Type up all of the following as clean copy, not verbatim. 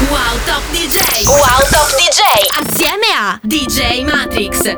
Wow Top DJ. Wow Top DJ. Assieme a DJ Matrix.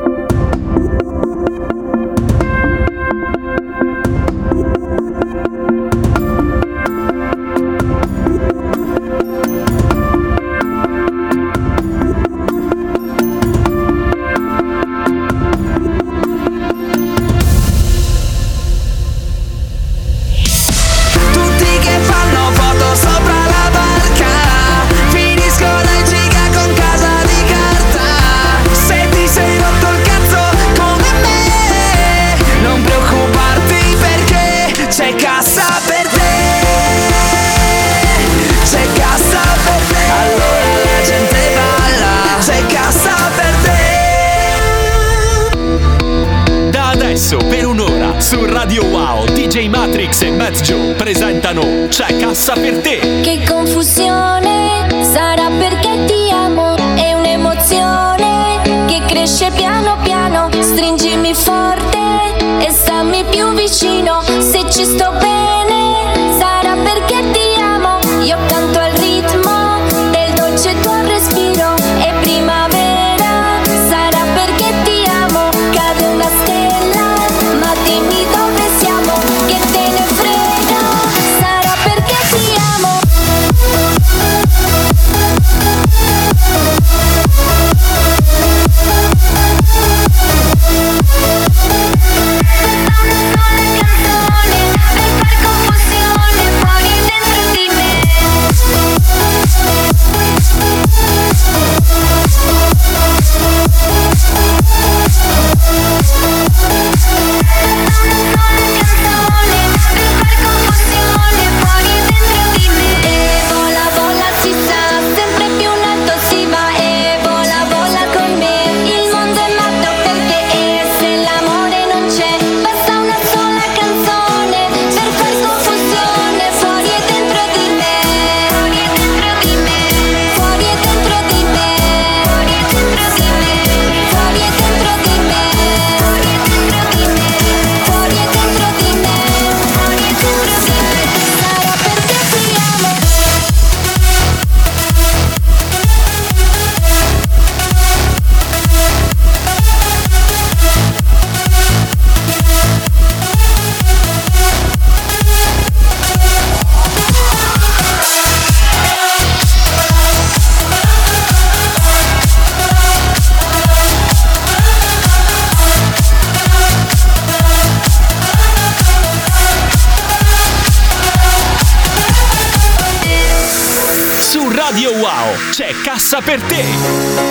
Per un'ora su Radio Wow, DJ Matrix e Matt Joe presentano C'è cassa per te. Che confusione, sarà perché ti amo, è un'emozione che cresce piano piano. Stringimi forte e stammi più vicino. Se ci sto bene, sarà perché ti amo. Io canto al ritmo del dolce tuo respiro. È primavera, sarà perché ti amo. Cade una stella, ma dimmi dove siamo, che te ne frega, sarà perché ti amo. Radio Wow, c'è cassa per te.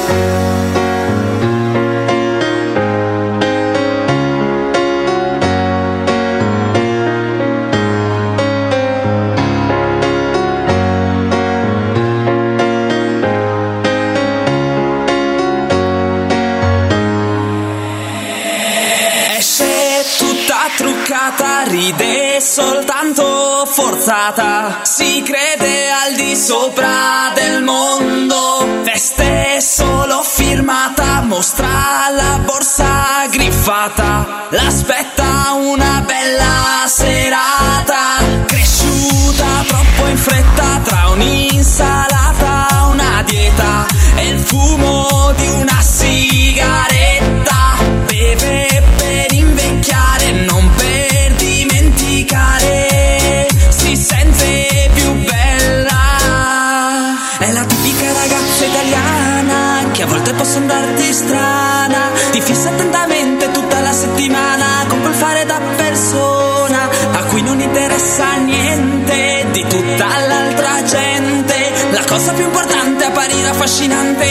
Truccata, ride soltanto forzata, si crede al di sopra del mondo, veste solo firmata, mostra la borsa griffata, l'aspetta una bella serata, cresciuta troppo in fretta tra un'insalata, una dieta e il fumo di una sigaretta, beve per invecchiare, non per dimenticare, si sente più bella. È la tipica ragazza italiana che a volte può sembrarti strana, ti fissa attentamente tutta la settimana con quel fare da persona a cui non interessa niente di tutta l'altra gente. La cosa più importante è apparire affascinante.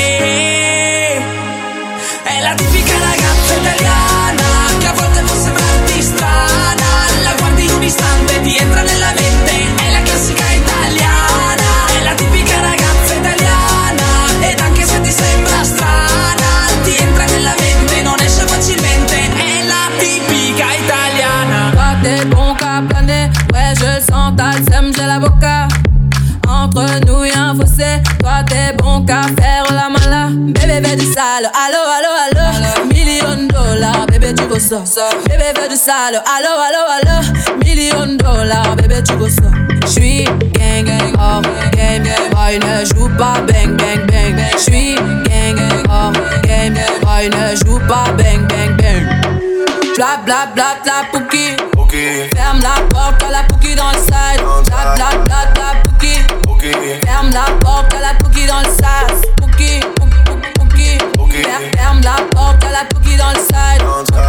È la tipica ragazza italiana che a volte può sembrarti strana, la guardi in un istante, ti entra nella mente, è la classica italiana. È la tipica ragazza italiana ed anche se ti sembra strana, ti entra nella mente, non esce facilmente, è la tipica italiana. Toi t'es bon qu'à planer, ouais je le sens, t'as le seum, j'ai la boca. Entre nous y'a un fossé, toi t'es bon qu'à faire la mala. Bébé veut du sale, allo allo allo, $1,000,000, bébé tu veux ça. Bébé veut du sale, allo allo allo, $1,000,000, bébé tu veux ça. J'suis gang gang, oh game game, boy ne joue pas bang bang bang. J'suis gang gang hors game, boy ne joue pas bang bang bang. Bla bla bla la Pouki. Ferme la porte à la Pouki dans le side. Bla bla bla la Pouki. Ferme la porte à la Pouki dans le sas. Pouki, Pouki. Ferme la porte à la Pouki dans le side.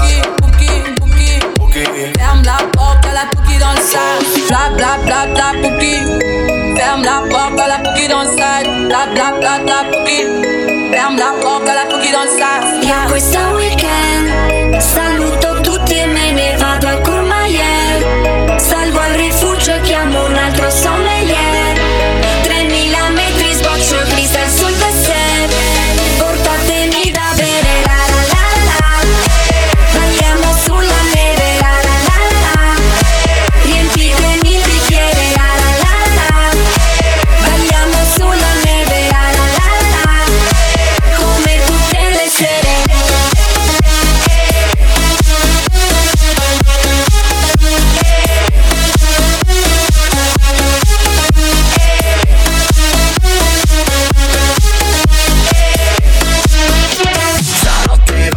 Pouki. Ferme la porte à la Pouki dans le side. Bla bla bla la Pouki. Ferme la porte à la Pouki dans le side. Bla bla bla la Pouki. Ferme la porte à la Pouki dans le side. Io questo weekend saluto tutti e me ne vado al Courmayeur. Salgo al rifugio e chiamo un altro sommelier. 3000 metri sboccio cristal sul dessert. Portatemi da bere la la la la. Balliamo sulla neve la la la la. Riempitemi il bicchiere la la la la. Balliamo sulla neve la la la la. Come tutte le sere. Stanotte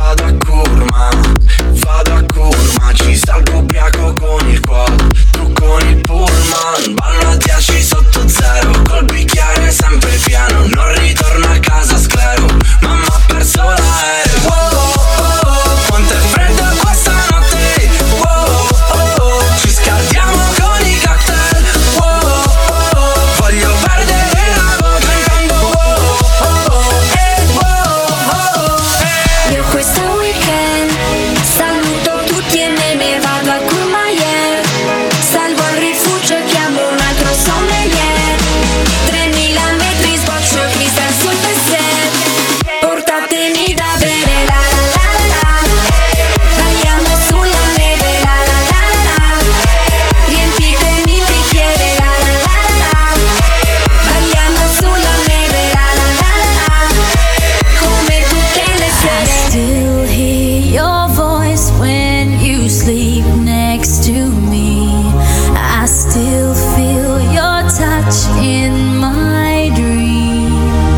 vado a Curma, ci salgo ubriaco con il quad, tu con il pullman, ballo a 10 sotto zero, col bicchiere sempre pieno, non ritorno a casa sclero, mamma ha perso l'aereo. Wow, oh, oh, quanto è freddo questa notte, wow, oh, oh, ci scaldiamo con i cocktail, wow, oh, oh, voglio perdere la voce cantando wow, oh, oh, wow, oh, Io questo weekend saluto tutti e me ne vado al Courmayeur. Salgo al rifugio e chiamo un altro sommelier. 3000 metri sboccio cristal sul dessert. Portatemi da bere la la la la. Balliamo sulla neve la la la la. Riempitemi il bicchiere la la la la. Balliamo sulla neve la la la la. Come tutte le sere. I still hear your voice when you sleep next to me. I still feel your touch in my dream.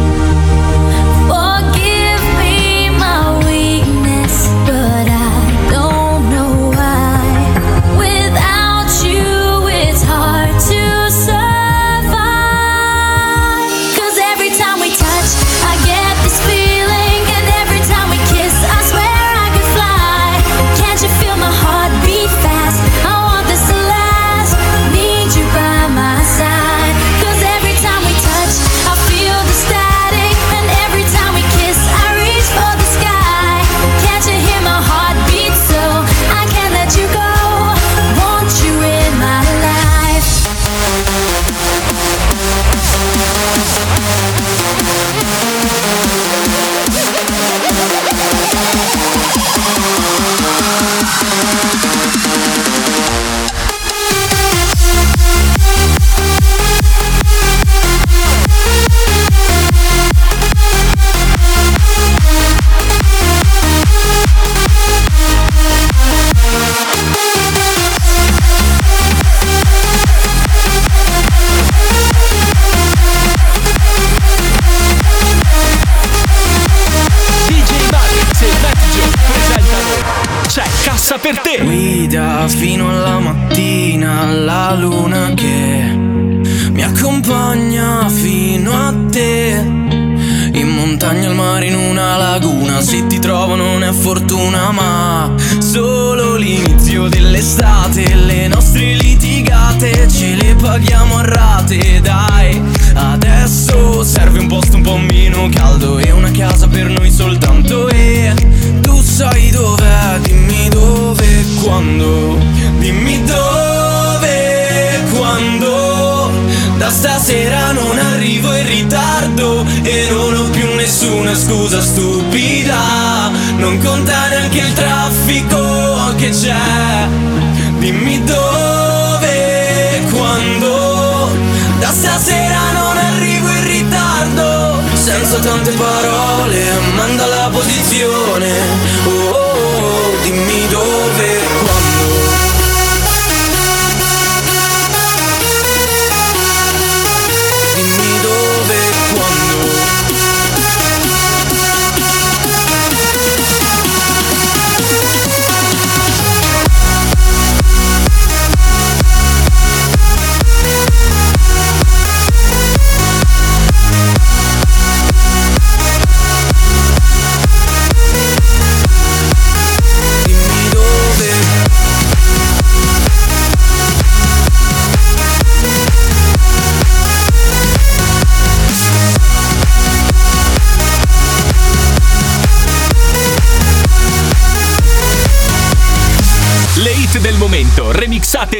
Forgive me my weakness, but I don't know why. Without you, it's hard to survive. 'Cause every time we touch, I get this feeling, and every time we kiss, I swear I could fly. Can't you feel my heart beat fast? I want this to last. Need you by my side. 'Cause every time we touch, I feel the static, and every time we kiss, I reach for the sky. Can't you hear my heart beat? So I can't let you go. Want you in my life. DJ Matrix e Matt Joe presentano C'è cassa per te. Guida fino alla mattina la luna che mi accompagna fino a te. In montagna, al mare, in una laguna, se ti trovo non è fortuna ma solo l'inizio dell'estate. Le nostre litigate ce le paghiamo a rate, dai. Adesso serve un posto un po' meno caldo e una casa per noi soltanto. E tu sai dov'è, dimmi dove e quando. Dimmi dove e quando. Da stasera non arrivo in ritardo e non ho più nessuna scusa stupida. Non conta neanche il traffico che c'è. Dimmi dove e quando. Da stasera non arrivo in ritardo. Senza tante parole, manda la posizione. Oh, oh, oh, dimmi dove e quando. Dimmi dove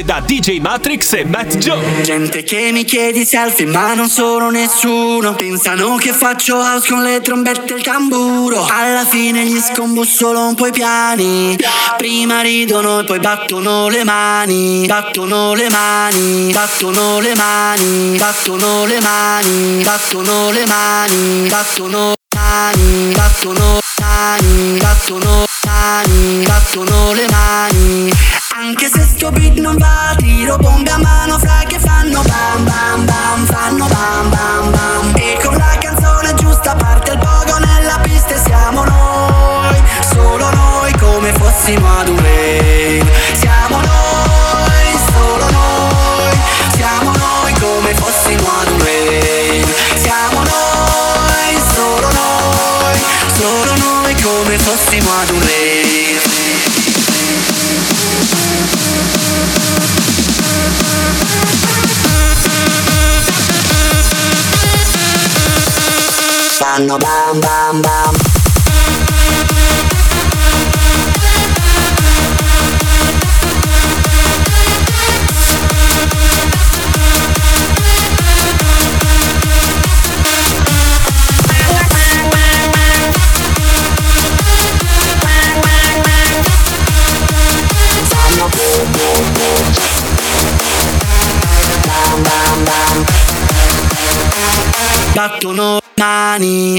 da DJ Matrix e Matt Joe. Gente che mi chiedi selfie ma non sono nessuno. Pensano che faccio house con le trombette e il tamburo. Alla fine gli scombussolo un po' i piani. Prima ridono e poi battono le mani. Battono le mani, battono le mani, battono le mani, battono le mani, battono mani, battono mani, battono mani, battono le mani. Anche se sto beat non va, tiro bombe a mano fra che fanno bam bam bam, fanno bam bam bam. E con la canzone giusta parte il pogo nella pista e siamo noi, solo noi come fossimo ad un rave. Siamo noi, solo noi, siamo noi come fossimo ad un rave. Siamo noi, solo noi come fossimo ad un rave. Fanno bam bam bam. Battono mani.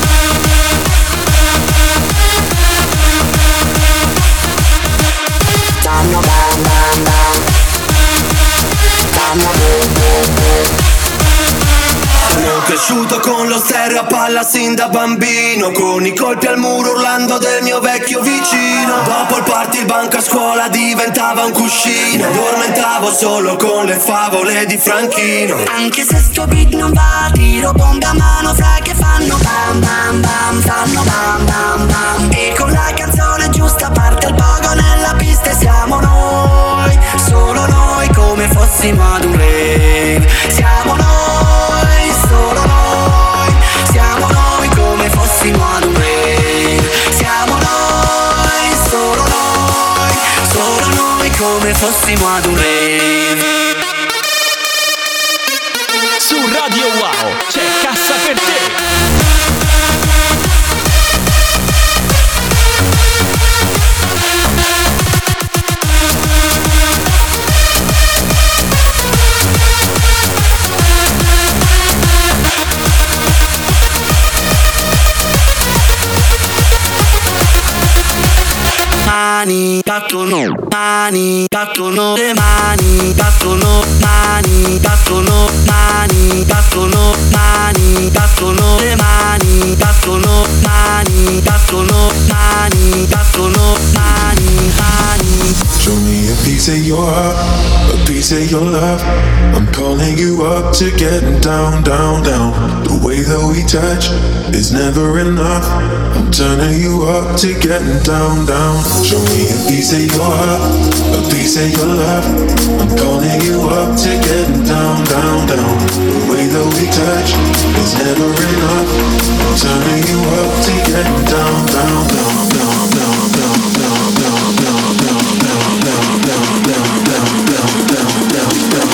Fanno bam bam bam. Fanno boom boom boom. Sono cresciuto con lo stereo a palla sin da bambino, con i colpi al muro urlando del mio vecchio vicino. Dopo il party il banco a scuola diventava un cuscino. Addormentavo solo con le favole di Franchino. Anche se sto beat non va, tiro bombe a mano fra che fanno bam bam bam, fanno bam bam bam. E con la canzone giusta parte il pogo nella pista e siamo noi, solo noi come fossimo ad un rave. Siamo noi, solo noi, siamo noi come fossimo ad un rave. Siamo noi, solo noi come fossimo ad un rave. Su Radio Wow c'è cassa per te. Mani, battono mani, battono le mani, battono mani, battono mani, battono mani, battono le mani, battono mani, battono mani, battono mani, mani. Show me a piece of your heart, a piece of your love. I'm calling you up to getting down, down, down. The way that we touch is never enough. I'm turning you up to getting down, down. Show me a piece of your heart, a piece of your love. I'm calling you up to getting down, down, down. The way that we touch is never enough. I'm turning you up to getting down, down, down, down, down, down, down, down, down, down, down, down, down, down, down, down, down, down, down.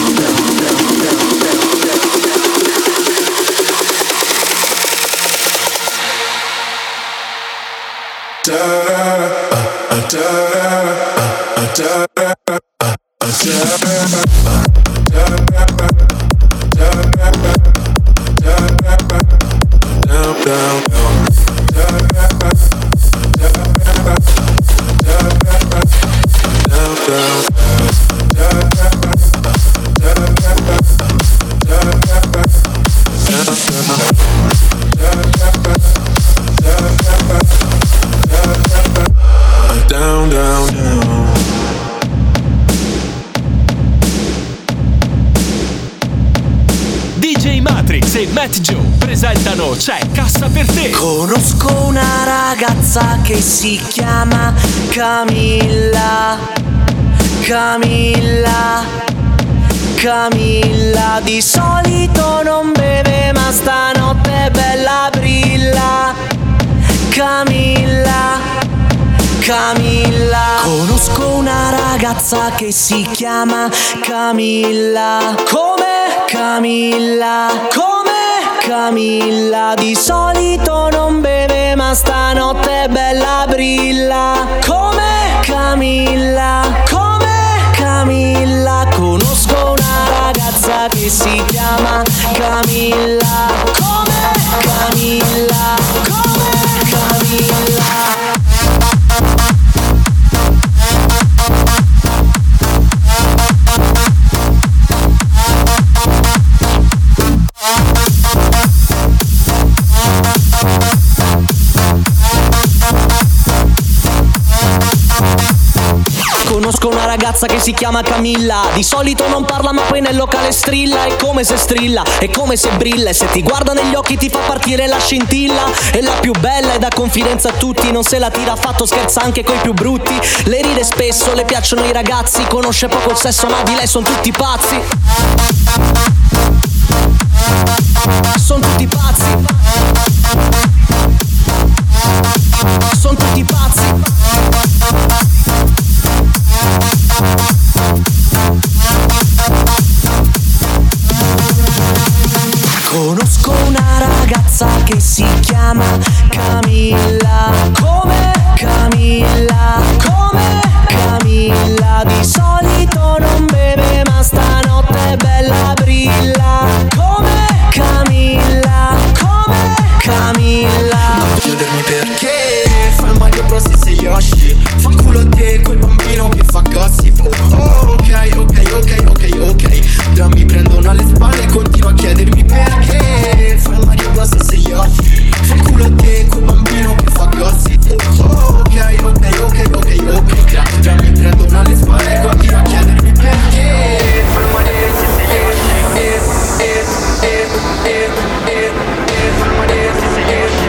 Down, down, down. DJ Matrix e Matt Joe presentano C'è cassa per te. Conosco una ragazza che si chiama Camilla. Camilla, Camilla. Di solito non beve ma stanotte bella brilla. Camilla, Camilla. Conosco una ragazza che si chiama Camilla. Come Camilla? Come Camilla? Di solito non beve ma stanotte è bella brilla. Come Camilla? Come Camilla? Conosco una ragazza che si chiama Camilla. Come Camilla? Come Camilla? Conosco una ragazza che si chiama Camilla. Di solito non parla ma poi nel locale strilla. È come se strilla, è come se brilla. E se ti guarda negli occhi ti fa partire la scintilla. È la più bella e dà confidenza a tutti. Non se la tira affatto, scherza anche coi più brutti. Le ride spesso, le piacciono i ragazzi. Conosce poco il sesso ma di lei son tutti pazzi. Son tutti pazzi. Son tutti pazzi. Conosco una ragazza che si chiama Camilla. Come Camilla? Come Camilla? Di solito non beve ma stanotte è bella brilla. Come Camilla? Come Camilla? Non chiedermi perché fa il Mario Bros se Yoshi. Fa culo a te quel bambino che fa gossip. Oh, ok, ok, ok, ok, ok. Ora mi prendono alle spalle e continuo a chiedermi perché fa il Mario Bros se Yoshi. Fa culo a te quel bambino che fa gossip. Oh, ok, ok, ok, ok, ok. Ora mi prendono alle spalle e continuo a chiedermi perché fa il Mario Bros se Yoshi. Fa il Mario Bros se Yoshi.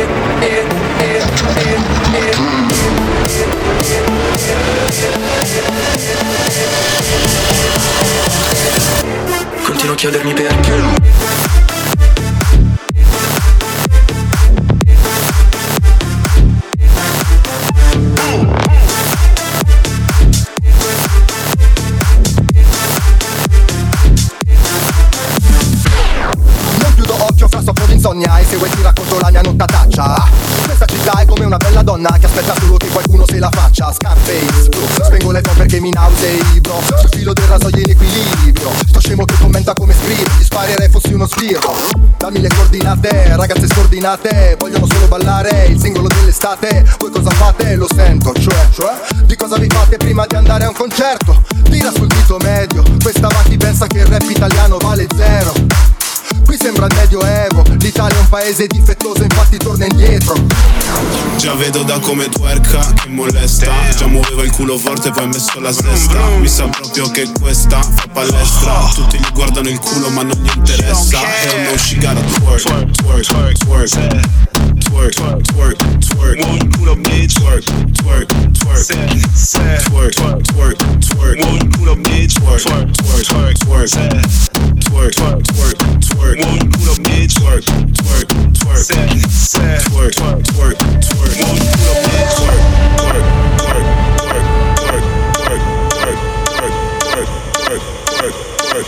Continuo a chiedermi perché. Insonnia e se vuoi ti racconto la mia nottaccia. Questa città è come una bella donna che aspetta solo che qualcuno se la faccia. Scarface, bro, spengo le phone perché mi nausei, bro. Sul filo del rasoio in equilibrio. Sto scemo che commenta come scrive. Ti sparerei fossi uno sbirro. Dammi le coordinate, ragazze scordinate. Vogliono solo ballare il singolo dell'estate. Voi cosa fate? Lo sento, cioè di cosa vi fate prima di andare a un concerto? Tira sul dito medio. Questa va chi pensa che il rap italiano vale zero. Qui sembra il medioevo, l'Italia è un paese difettoso, infatti torna indietro. Già vedo da come twerka che molesta. Già muoveva il culo forte poi ha messo la sesta. Mi sa proprio che questa fa palestra. Tutti gli guardano il culo ma non gli interessa. Hell no, she gotta twerk, twerk, twerk, twerk, twerk, twerk, twerk. Muovi il culo bitch, twerk, twerk, twerk, twerk, twerk, twerk. Muovi il culo bitch, twerk, twerk, twerk, twerk, twerk, twerk, twerk. Muovi il culo bitch, twerk, twerk, twerk, twerk, twerk, twerk, twerk. Muovi il culo bitch, twerk, twerk, twerk, twerk, twerk, twerk, twerk, twerk, twerk, twerk, twerk.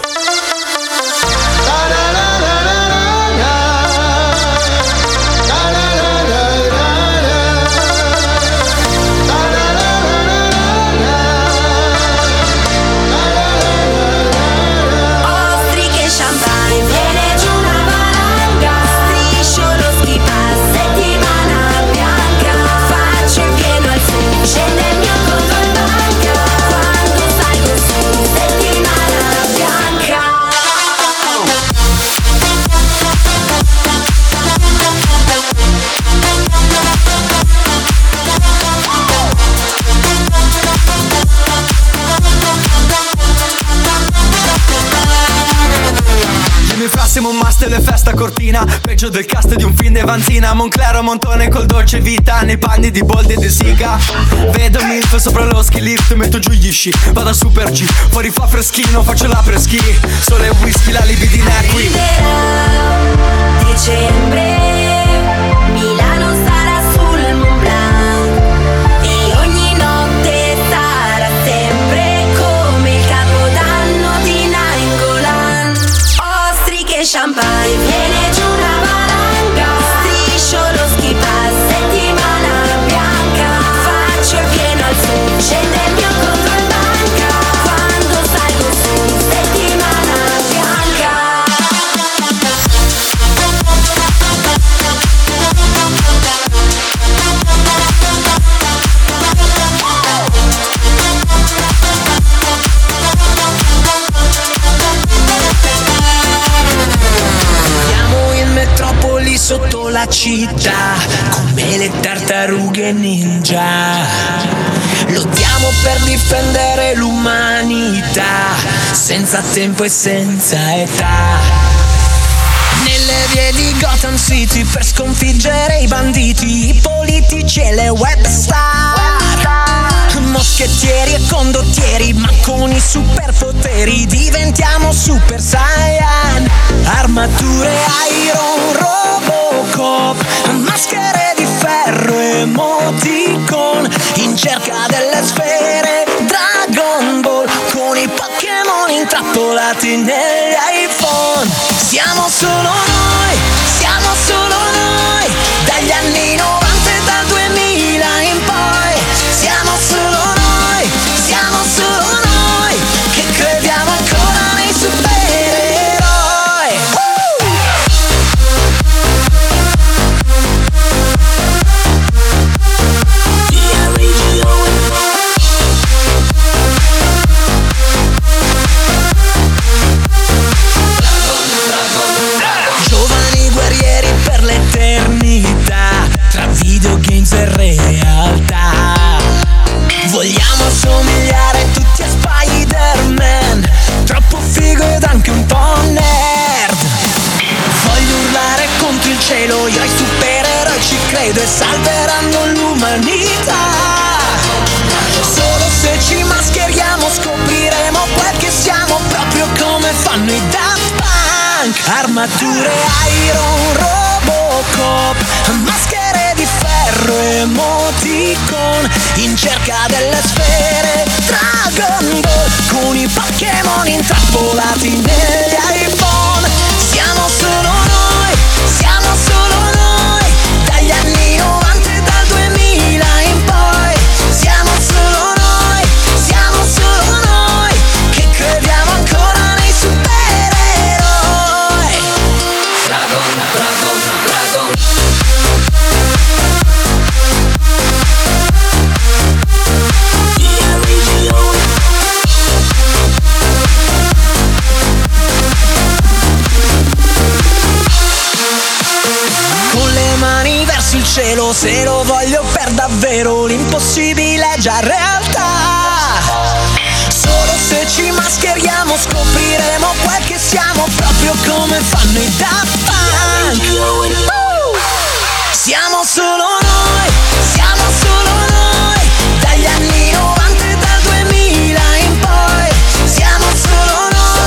Siamo un must delle festa cortina. Peggio del cast di un film di Vanzina. Monclero Montone col dolce vita. Nei panni di Boldi e De Sica. Vedo milf sopra lo ski lift. Metto giù gli sci, vado a Super G. Fuori fa freschino, faccio la preschi. Sole e whisky, la libidina è qui. Dicembre, Milano sarà sul Mont Blanc. la città come le tartarughe ninja. Lottiamo per difendere l'umanità, senza tempo e senza età. Nelle vie di Gotham City per sconfiggere i banditi, i politici e le web star. Moschettieri e condottieri, ma con i superpoteri diventiamo Super Saiyan. Armature Iron, Robocop, maschere di ferro, emoticon, in cerca delle sfere Dragon Ball, con i Pokémon intrappolati negli iPhone. Siamo solo noi, dagli anni 90 e dal 2000 in poi. Siamo solo noi, che crediamo ancora nei supereroi. Giovani guerrieri per l'eternità, tra videogames e realtà. Vogliamo assomigliare tutti a Spider-Man, troppo figo ed anche un po' nerd. Voglio urlare contro il cielo, io ai supereroi ci credo e salveranno l'umanità. Solo se ci mascheriamo scopriremo quel che siamo, proprio come fanno i Daft Punk. Armature Iron, Robocop, maschere di ferro, emoticon, in cerca delle sfere Dragon Ball, con i Pokémon intrappolati negli iPhone. Siamo solo noi, dagli anni 90 e dal 2000 in poi. Siamo solo noi, che crediamo ancora nei supereroi. Dragon, Dragon, Dragon. Con le mani verso il cielo, se lo voglio per davvero, l'impossibile è già realtà. Solo se ci mascheriamo scopriremo quel che siamo, proprio come fanno i Daft Punk. Siamo solo noi, dagli anni 90 e dal 2000 in poi. Siamo solo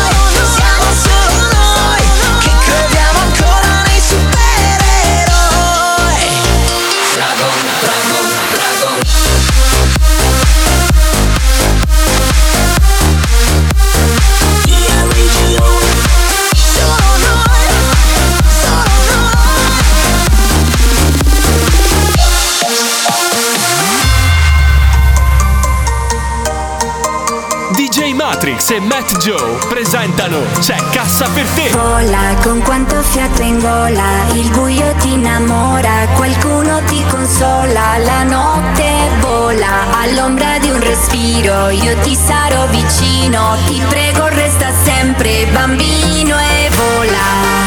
noi, che crediamo ancora nei supereroi. Dragon, Dragon, Dragon. DJ Matrix e Matt Joe presentano C'è cassa per te. Vola con quanto fiato in gola, il buio ti innamora, qualcuno ti consola, la notte vola, all'ombra di un respiro, io ti sarò vicino, ti prego resta sempre bambino e vola.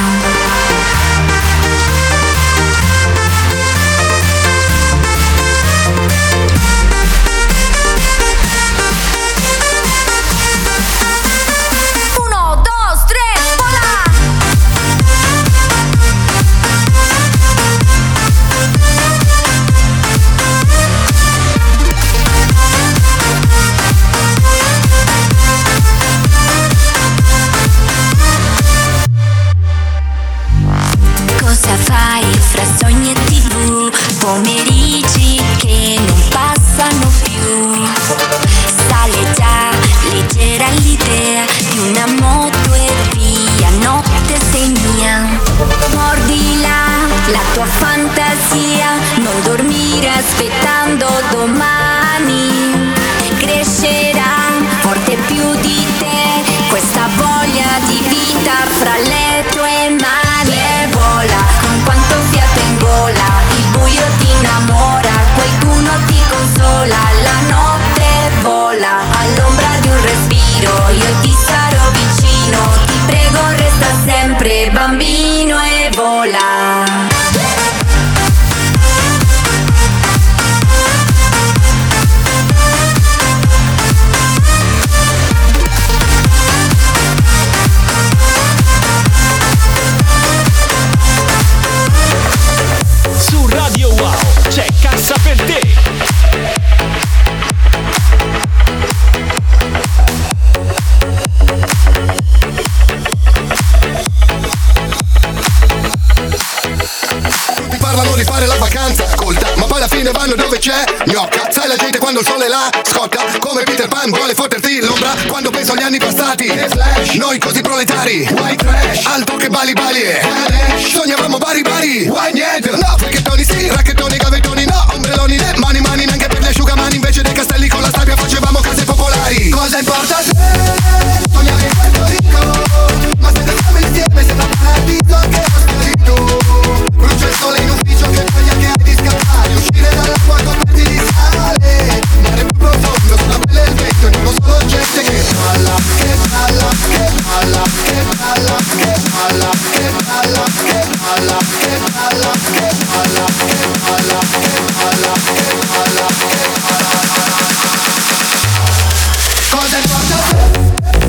Pomeriggi che non passano più, sale già leggera l'idea di una moto e via, notte sei mia. Mordila la tua fantasia, non dormire aspettando domani, crescerà forte più di te questa voglia di vita fra le tue mani e vola con quanto fiato in gola, il buio ti innamora, qualcuno ti consola, la notte vola, all'ombra di un respiro, io ti sarò vicino, ti prego resta sempre bambino e vola. parlano di fare la vacanza colta, ma poi alla fine vanno dove c'è gnocca. Sai la gente quando il sole la scotta, come Peter Pan vuole fotterti l'ombra. Quando penso agli anni passati, Flash, noi così proletari, white trash, altro che bali bali e sognavamo bari bari, why niente, no, fricchettoni sì, racchettoni, gavettoni no, ombrelloni né, mani mani neanche per gli asciugamani, invece dei castelli con la sabbia facevamo case popolari. Cosa importa se sognavi in Puerto Rico, ma se restiamo insieme sembra paradiso che ho spirito. Brucia il sole in ufficio, che voglia che hai di scappare, uscire dall'acqua coperti di sale, mare più profondo, sulla pelle il vento, e non solo gente che balla, che balla, che balla, che balla, che balla, che balla, che balla, che balla, che balla, che balla, che balla, che balla, che balla. Cosa importa se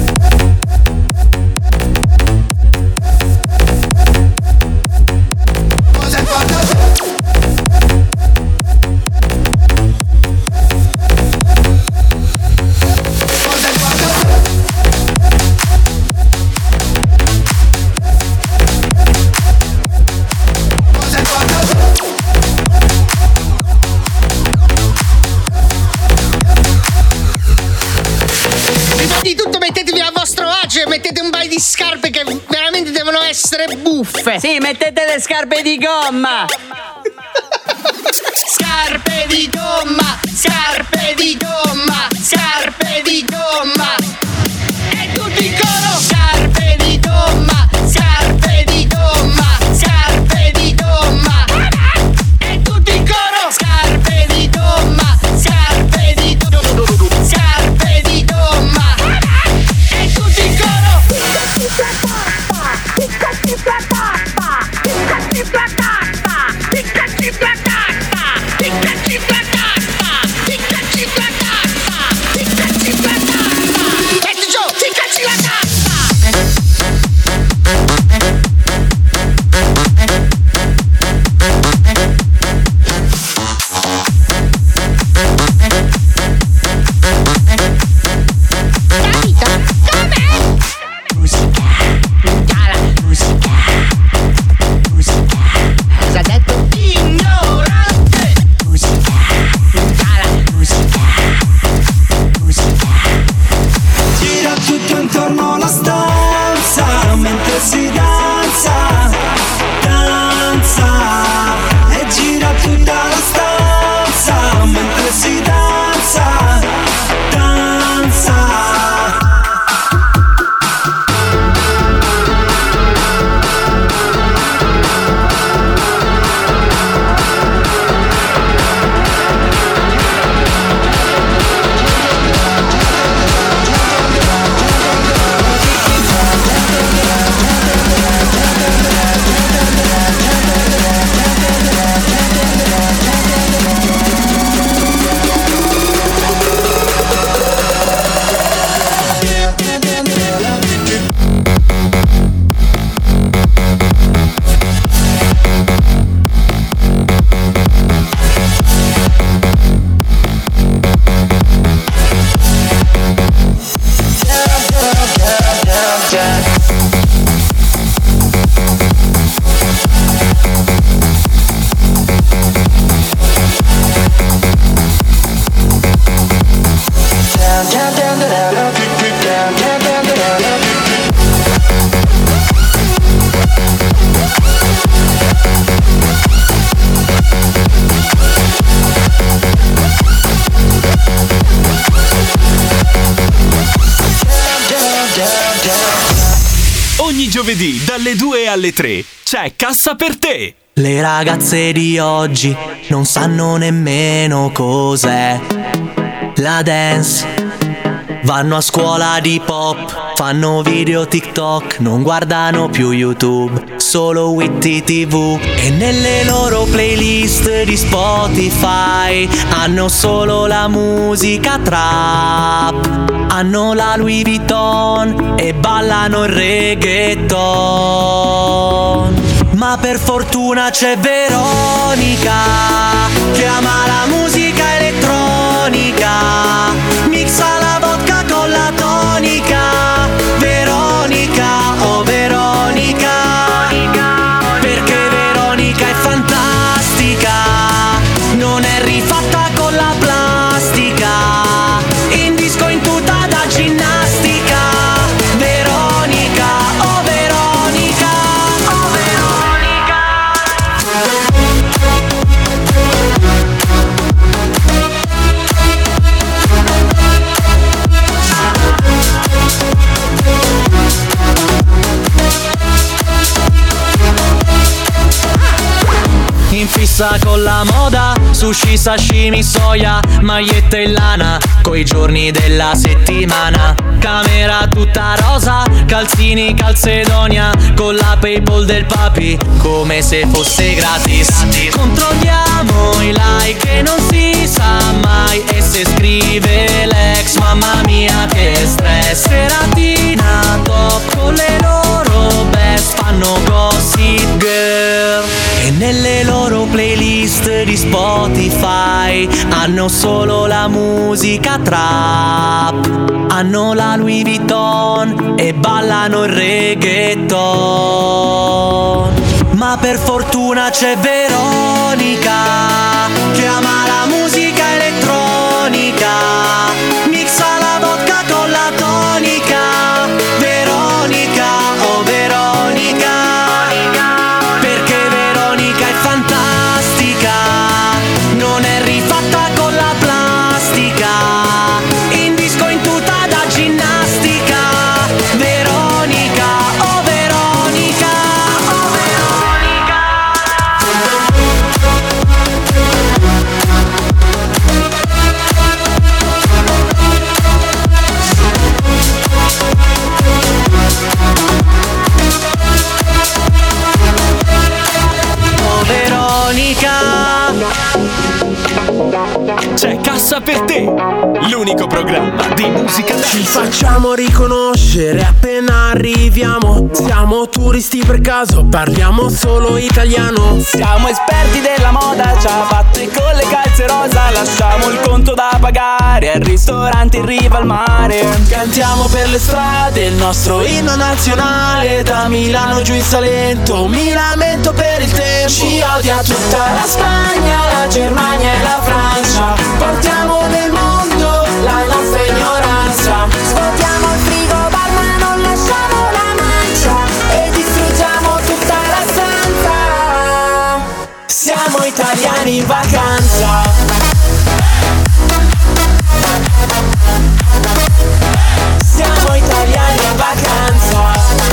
mettete un paio di scarpe che veramente devono essere buffe. Sì, mettete le scarpe di gomma. Scarpe di gomma, scarpe di gomma, scarpe di gomma. E tutti in coro. Scarpe di gomma, scarpe di gomma, scarpe di gomma. E tutti in coro. Scarpe di gomma, scarpe di gomma, scarpe di gomma. E tutti in coro. Ogni giovedì dalle 2 alle 3 c'è Cassa per te. Le ragazze di oggi non sanno nemmeno cos'è la dance. Vanno a scuola di pop, fanno video TikTok, non guardano più YouTube, solo Witty TV. E nelle loro playlist di Spotify hanno solo la musica trap. Hanno la Louis Vuitton e ballano il reggaeton. Ma per fortuna c'è Veronica che ama la musica elettronica, mixa la vodka con la tonica. Veronica, oh Veronica, perché Veronica è fantastica. mossa con la moda, sushi, sashimi, soia, magliette in lana, coi giorni della settimana. Camera tutta rosa, calzini, calzedonia, con la PayPal del papi, come se fosse gratis. Controlliamo i like e non si sa mai, e se scrive l'ex, mamma mia che stress. Seratina top con le loro best, fanno Gossip Girl. E nelle loro playlist di Spotify hanno solo la musica trap, hanno la Louis Vuitton e ballano il reggaeton. Ma per fortuna c'è Veronica che ama la musica elettronica, mixa la vodka con la tonica. Veronica, oh Veronica, perché Veronica è fantastica, non è rifatta con la plastica, in disco in tuta da ginnastica. Veronica, oh Veronica, oh Veronica. Oh Veronica. C'è Cassa per te, l'unico programma di musica dance. Ci facciamo riconoscere appena arriviamo, siamo turisti per caso, parliamo solo italiano. Siamo esperti della moda, ciabatte con le calze rosa, lasciamo il conto da pagare al ristorante in riva al mare. Cantiamo per le strade il nostro inno nazionale, da Milano giù in Salento mi lamento per il tempo. Ci odia tutta la Spagna, la Germania e la Francia, portiamo nel mondo la nostra ignoranza. Svuotiamo il frigo bar ma non lasciamo la mancia, e distruggiamo tutta la stanza. Siamo italiani in vacanza. Siamo italiani in vacanza.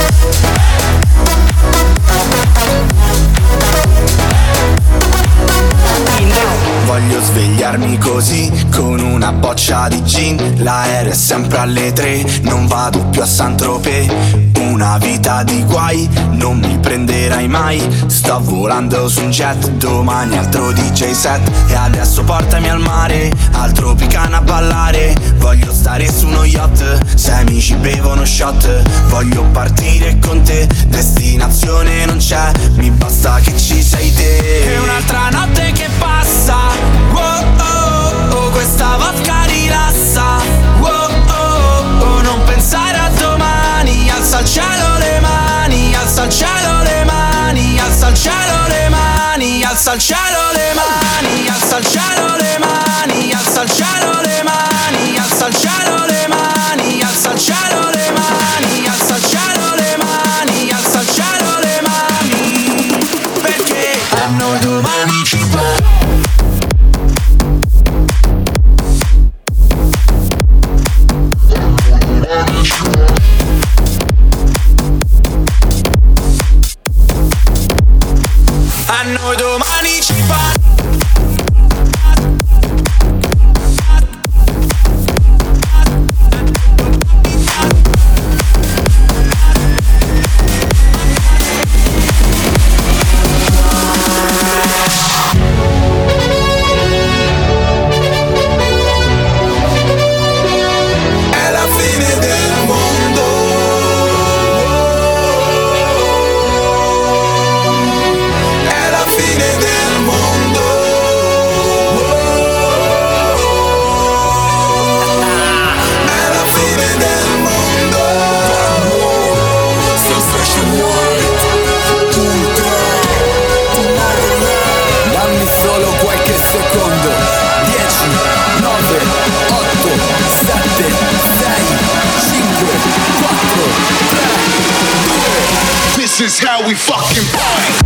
Voglio svegliarmi così, con una boccia di gin. L'aereo è sempre alle 3, non vado più a Saint-Tropez. Una vita di guai, non mi prenderai mai. Sto volando su un jet, domani altro DJ set. E adesso portami al mare, al Tropicana a ballare. Voglio stare su uno yacht, se amici bevono shot. Voglio partire con te, destinazione non c'è, mi basta che ci sei te. E un'altra notte che passa, wow, oh, oh, questa vodka rilassa, wow, oh, oh, non pensare a domani, alza al cielo le mani, alza al cielo le mani, alza al cielo le mani, alza al cielo le mani, alza al cielo le mani, alza al cielo le mani, alza al cielo le mani, alza al cielo le mani, alza al cielo le mani, alza al cielo le mani, perché a noi domani ci va. A noi domani ci fa. È la fine del mondo. È la fine del mondo. È la fine del mondo. Dammi solo qualche secondo. 10, 9, 8, 7, 6, 5, 4, 3, 2. This is how we fucking party.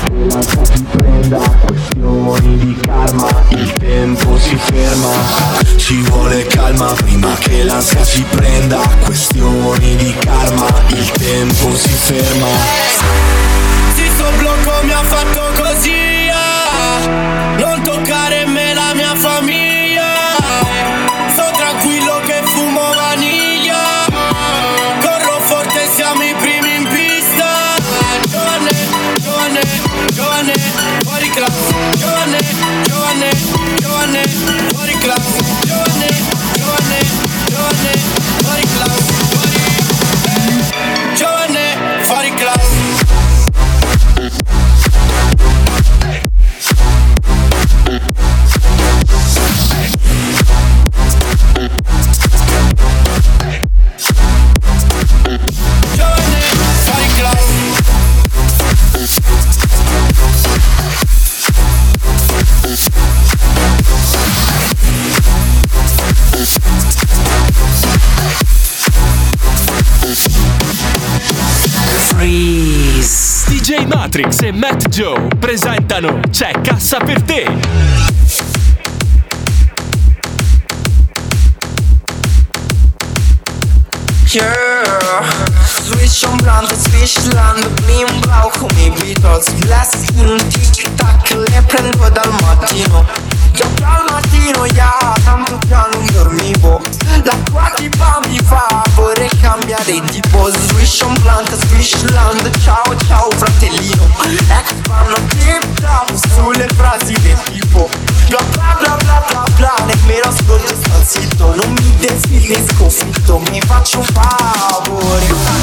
l'ansia ti prenda, questioni di karma, il tempo si ferma. Ci vuole calma prima che l'ansia ci prenda, questioni di karma, il tempo si ferma. Sì, sto blocco mi ha fatto così, non toccare me la mia famiglia. Sto tranquillo che fumo vaniglia, corro forte, siamo i primi in pista. Giovane, giovane, giovane, fuori classe. Giovane, giovane, giovane, fuori classe. Giovane, giovane, giovane, fuori classe. Giovane, fuori classe. Freeze. DJ Matrix e Matt Joe presentano C'è cassa per te. Yeah, switch on blunt, Swishland, blim blau come i Beatles. Blessing, tic-tac, le prendo dal mattino. Gioco al mattino, yeah, tanto già non dormivo. L'acqua tipa mi fa, vorrei cambiare tipo. Swish on blunt, Swishland, ciao ciao fratellino. Ex fanno tip-tap sulle frasi del tipo. Bla bla bla bla bla bla, nemmeno ascolto, sto zitto. Non mi definisco fitto, mi faccio un favore.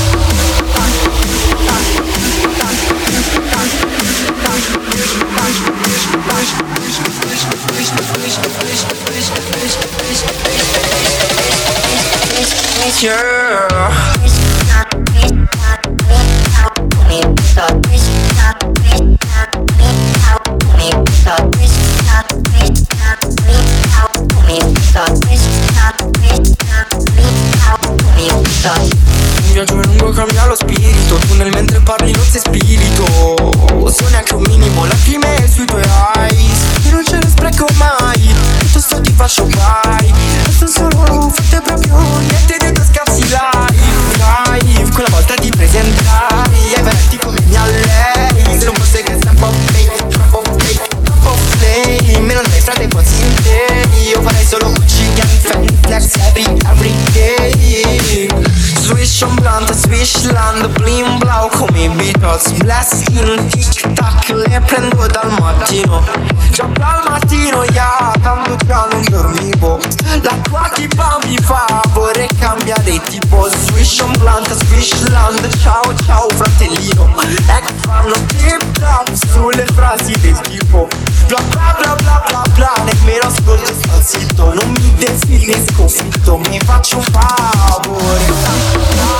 Un viaggio lungo cambia lo spirito, tu nel mentre parli non sei spirito. So neanche un minimo lacrime sui tuoi eyes, e non ce ne spreco mai, piuttosto ti faccio vai. Resto solo fatte proprio niente dei tuoi scazzi live. Quella volta ti presentai e verti come mi allei. Se non fosse che sei un po' fake, troppo fake, troppo flame. E non dai frate quasi interi, io farei solo Gucci and Fendi flex every day. Swish on blunt, Swishland, blim blau come i Beatles. Blessing, tic-tac, le prendo dal mattino. Gioco al mattino, yeah, tanto già non dormivo. L'acqua tipa mi fa, vorrei cambiare tipo. Swish on blunt, Swishland, ciao ciao fratellino. Ex fanno tip-tap sulle frasi del tipo. Bla bla bla bla bla bla, nemmeno ascolto, sto zitto. Non mi definisco fitto, mi faccio un favore.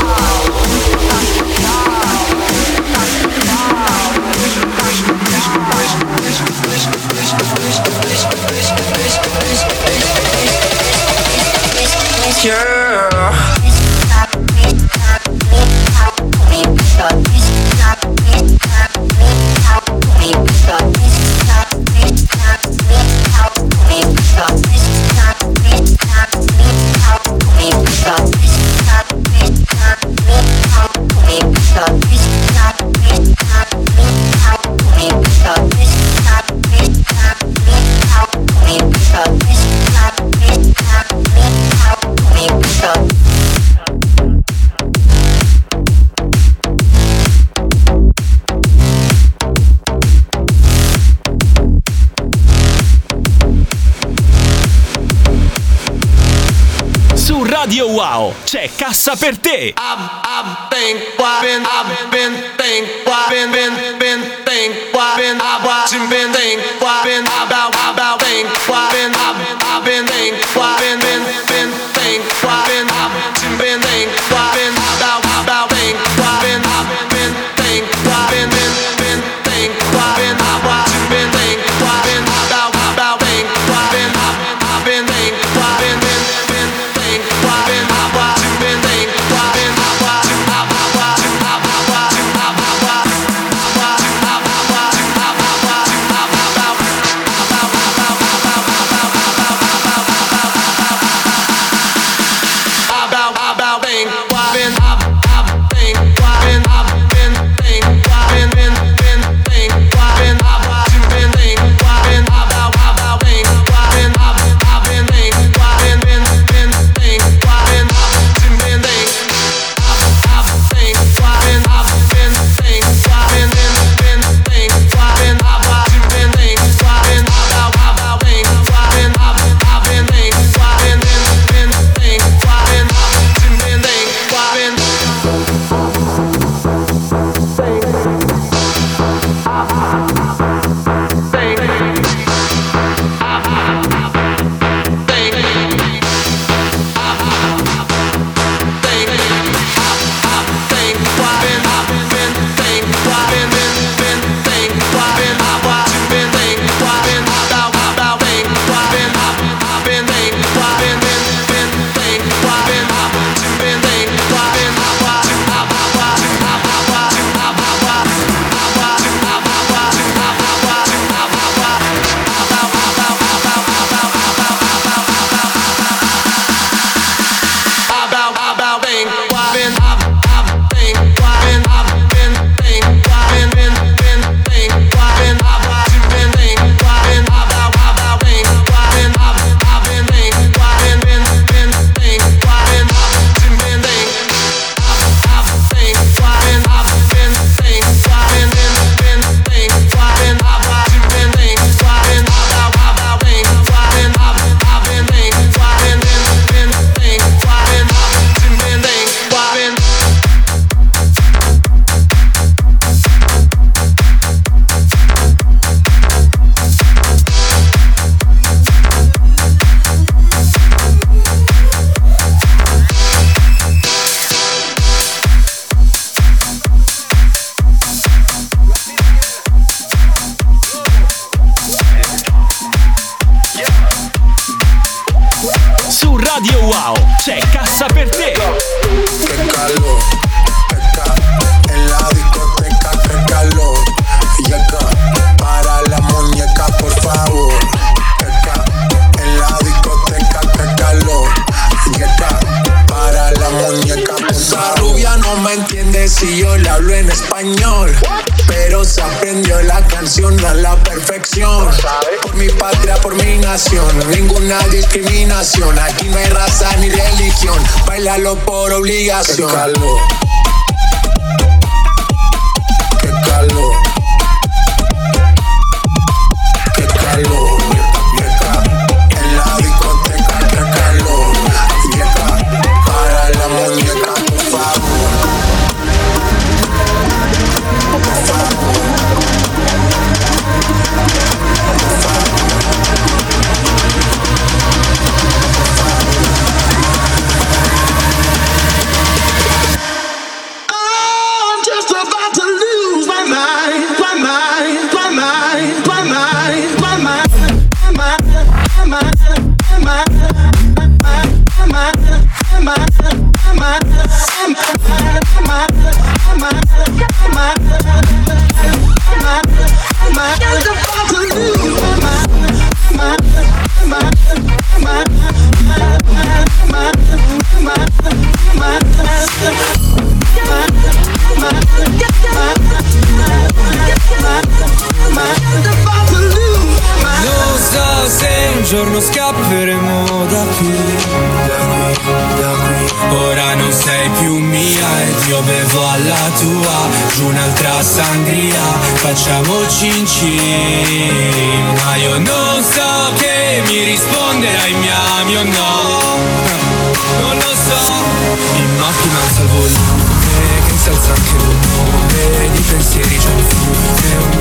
Radio Wow, c'è cassa per te. Radio Wow, c'è cassa per te. Qué calor, en la discoteca, qué calor. Llega para la muñeca, por favor. En la discoteca, qué calor. Llega para la muñeca, por favor. Esa rubia no me entiende si yo le hablo en español, pero se aprendió la canción a la perfección. Por mi patria, por mi nación, ninguna discriminación. Aquí no hay raza ni religión, bailalo por obligación. Qué calor, qué calor, qué calor. En la discoteca, qué calor. Llega para la muñeca, por favor. Por favor. Non so se un giorno scapperemo da qui. Ora non sei più mia ed io bevo alla tua. Giù un'altra sangria, facciamo cin cin. Ma io non so che mi risponderai, mi ami o no. Non lo so. In macchina alza il volume, che si alza anche l'umore. Di pensieri c'è un fiume,